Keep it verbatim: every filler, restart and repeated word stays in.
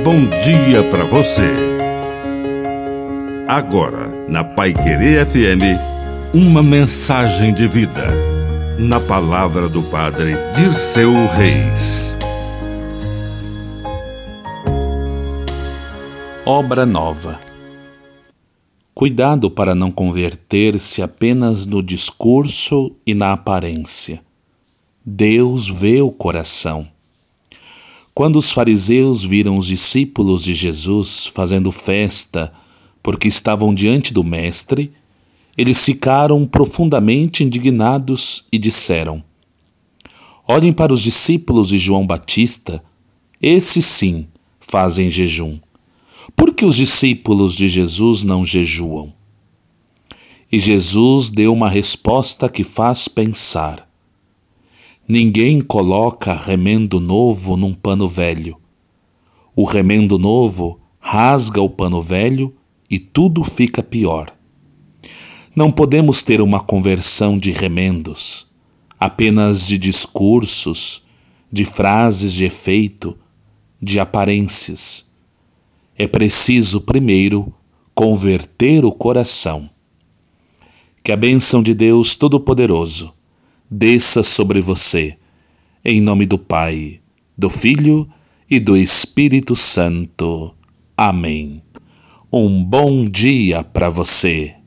bom dia para você. Agora, na Paiquerê F M, uma mensagem de vida. Na palavra do Padre Dirceu Reis. Obra nova. Cuidado para não converter-se apenas no discurso e na aparência. Deus vê o coração. Quando os fariseus viram os discípulos de Jesus fazendo festa porque estavam diante do Mestre, eles ficaram profundamente indignados e disseram: olhem para os discípulos de João Batista, esses sim fazem jejum. Por que os discípulos de Jesus não jejuam? E Jesus deu uma resposta que faz pensar. Ninguém coloca remendo novo num pano velho. O remendo novo rasga o pano velho e tudo fica pior. Não podemos ter uma conversão de remendos, apenas de discursos, de frases de efeito, de aparências. É preciso, primeiro, converter o coração. Que a bênção de Deus Todo-Poderoso desça sobre você, em nome do Pai, do Filho e do Espírito Santo. Amém. Um bom dia para você.